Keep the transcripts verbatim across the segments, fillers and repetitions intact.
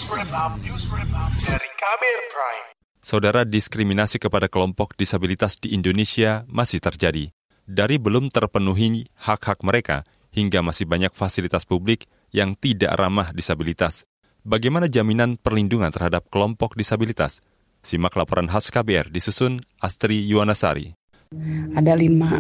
Wrap Up, News Wrap Up dari Kamer Prime. Saudara, diskriminasi kepada kelompok disabilitas di Indonesia masih terjadi. Dari belum terpenuhi hak-hak mereka, hingga masih banyak fasilitas publik yang tidak ramah disabilitas. Bagaimana jaminan perlindungan terhadap kelompok disabilitas? Simak laporan khas K B R disusun Astri Yuwanasari. Ada lima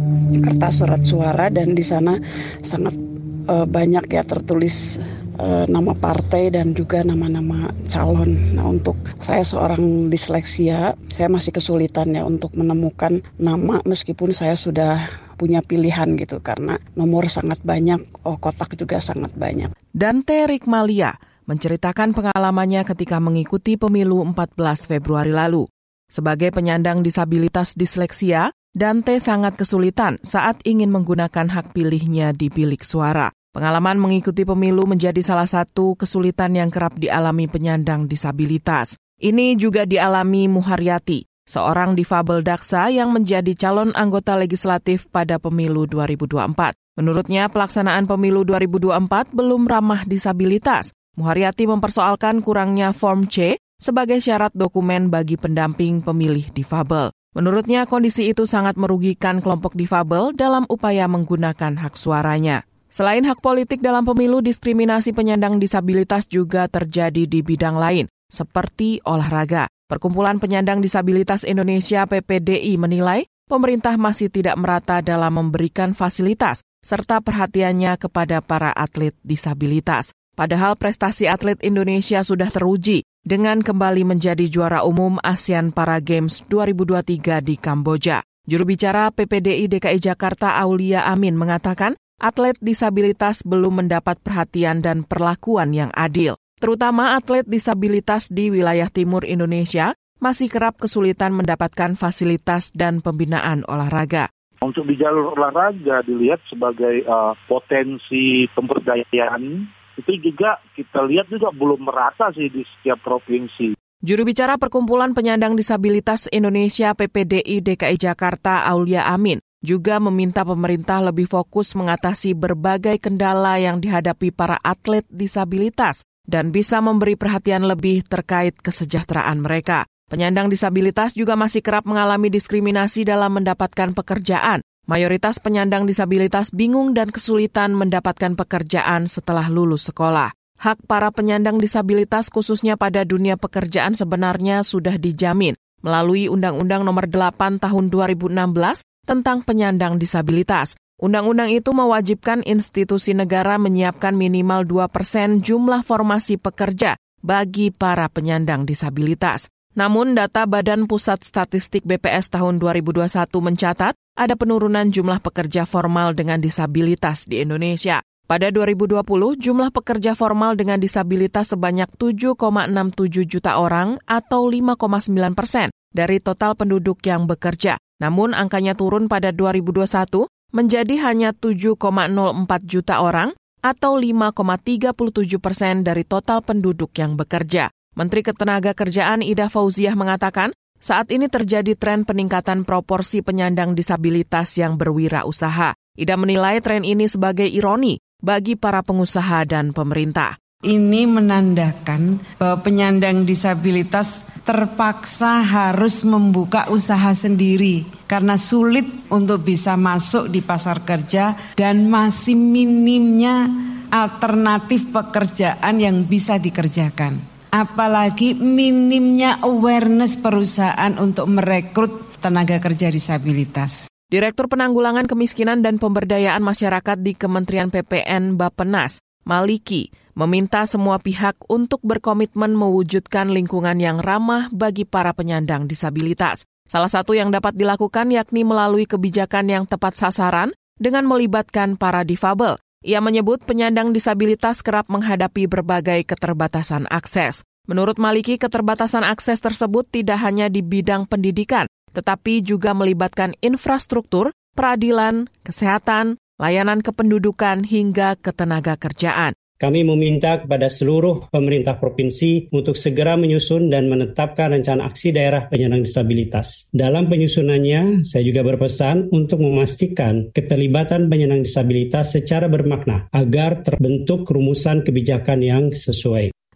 kertas surat suara dan di sana sangat uh, banyak ya tertulis uh, nama partai dan juga nama-nama calon. Nah, untuk saya seorang disleksia, saya masih kesulitan ya untuk menemukan nama meskipun saya sudah punya pilihan gitu karena nomor sangat banyak, oh, kotak juga sangat banyak. Dante Rikmalia menceritakan pengalamannya ketika mengikuti pemilu empat belas Februari lalu. Sebagai penyandang disabilitas disleksia, Dante sangat kesulitan saat ingin menggunakan hak pilihnya di bilik suara. Pengalaman mengikuti pemilu menjadi salah satu kesulitan yang kerap dialami penyandang disabilitas. Ini juga dialami Muharyati, seorang difabel daksa yang menjadi calon anggota legislatif pada pemilu dua ribu dua puluh empat. Menurutnya, pelaksanaan pemilu dua ribu dua puluh empat belum ramah disabilitas. Muharyati mempersoalkan kurangnya Form C sebagai syarat dokumen bagi pendamping pemilih difabel. Menurutnya, kondisi itu sangat merugikan kelompok difabel dalam upaya menggunakan hak suaranya. Selain hak politik dalam pemilu, diskriminasi penyandang disabilitas juga terjadi di bidang lain, seperti olahraga. Perkumpulan Penyandang Disabilitas Indonesia P P D I menilai pemerintah masih tidak merata dalam memberikan fasilitas serta perhatiannya kepada para atlet disabilitas. Padahal prestasi atlet Indonesia sudah teruji dengan kembali menjadi juara umum ASEAN Para Games dua ribu dua puluh tiga di Kamboja. Juru bicara P P D I D K I Jakarta Aulia Amin mengatakan atlet disabilitas belum mendapat perhatian dan perlakuan yang adil. Terutama atlet disabilitas di wilayah timur Indonesia masih kerap kesulitan mendapatkan fasilitas dan pembinaan olahraga. Untuk di jalur olahraga dilihat sebagai uh, potensi pemberdayaan, itu juga kita lihat juga belum merata sih di setiap provinsi. Juru bicara Perkumpulan Penyandang Disabilitas Indonesia P P D I D K I Jakarta Aulia Amin juga meminta pemerintah lebih fokus mengatasi berbagai kendala yang dihadapi para atlet disabilitas dan bisa memberi perhatian lebih terkait kesejahteraan mereka. Penyandang disabilitas juga masih kerap mengalami diskriminasi dalam mendapatkan pekerjaan. Mayoritas penyandang disabilitas bingung dan kesulitan mendapatkan pekerjaan setelah lulus sekolah. Hak para penyandang disabilitas khususnya pada dunia pekerjaan sebenarnya sudah dijamin melalui Undang-Undang Nomor delapan Tahun dua ribu enam belas tentang penyandang disabilitas. Undang-undang itu mewajibkan institusi negara menyiapkan minimal dua persen jumlah formasi pekerja bagi para penyandang disabilitas. Namun data Badan Pusat Statistik B P S tahun dua ribu dua puluh satu mencatat ada penurunan jumlah pekerja formal dengan disabilitas di Indonesia. Pada dua ribu dua puluh, jumlah pekerja formal dengan disabilitas sebanyak tujuh koma enam tujuh juta orang atau lima koma sembilan persen dari total penduduk yang bekerja. Namun angkanya turun pada dua ribu dua puluh satu menjadi hanya tujuh koma nol empat juta orang atau lima koma tiga tujuh persen dari total penduduk yang bekerja. Menteri Ketenagakerjaan Ida Fauziah mengatakan, saat ini terjadi tren peningkatan proporsi penyandang disabilitas yang berwirausaha. Ida menilai tren ini sebagai ironi bagi para pengusaha dan pemerintah. Ini menandakan bahwa penyandang disabilitas terpaksa harus membuka usaha sendiri karena sulit untuk bisa masuk di pasar kerja dan masih minimnya alternatif pekerjaan yang bisa dikerjakan. Apalagi minimnya awareness perusahaan untuk merekrut tenaga kerja disabilitas. Direktur Penanggulangan Kemiskinan dan Pemberdayaan Masyarakat di Kementerian P P N Bappenas, Maliki, meminta semua pihak untuk berkomitmen mewujudkan lingkungan yang ramah bagi para penyandang disabilitas. Salah satu yang dapat dilakukan yakni melalui kebijakan yang tepat sasaran dengan melibatkan para difabel. Ia menyebut penyandang disabilitas kerap menghadapi berbagai keterbatasan akses. Menurut Maliki, keterbatasan akses tersebut tidak hanya di bidang pendidikan, tetapi juga melibatkan infrastruktur, peradilan, kesehatan, layanan kependudukan, hingga ketenagakerjaan. Kami meminta kepada seluruh pemerintah provinsi untuk segera menyusun dan menetapkan rencana aksi daerah penyandang disabilitas. Dalam penyusunannya, saya juga berpesan untuk memastikan keterlibatan penyandang disabilitas secara bermakna agar terbentuk rumusan kebijakan yang sesuai.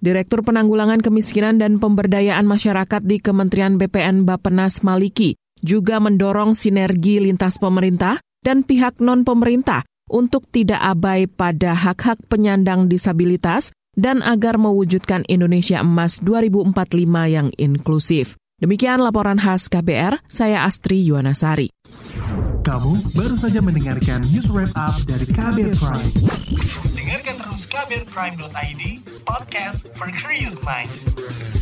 Direktur Penanggulangan Kemiskinan dan Pemberdayaan Masyarakat di Kementerian B P N Bappenas Maliki juga mendorong sinergi lintas pemerintah dan pihak non-pemerintah untuk tidak abai pada hak-hak penyandang disabilitas dan agar mewujudkan Indonesia Emas dua ribu empat puluh lima yang inklusif. Demikian laporan khas K B R, saya Astri Yuwanasari. Kamu baru saja mendengarkan News Wrap Up dari K B R Prime. Dengarkan terus k b r prime dot i d, podcast for curious mind.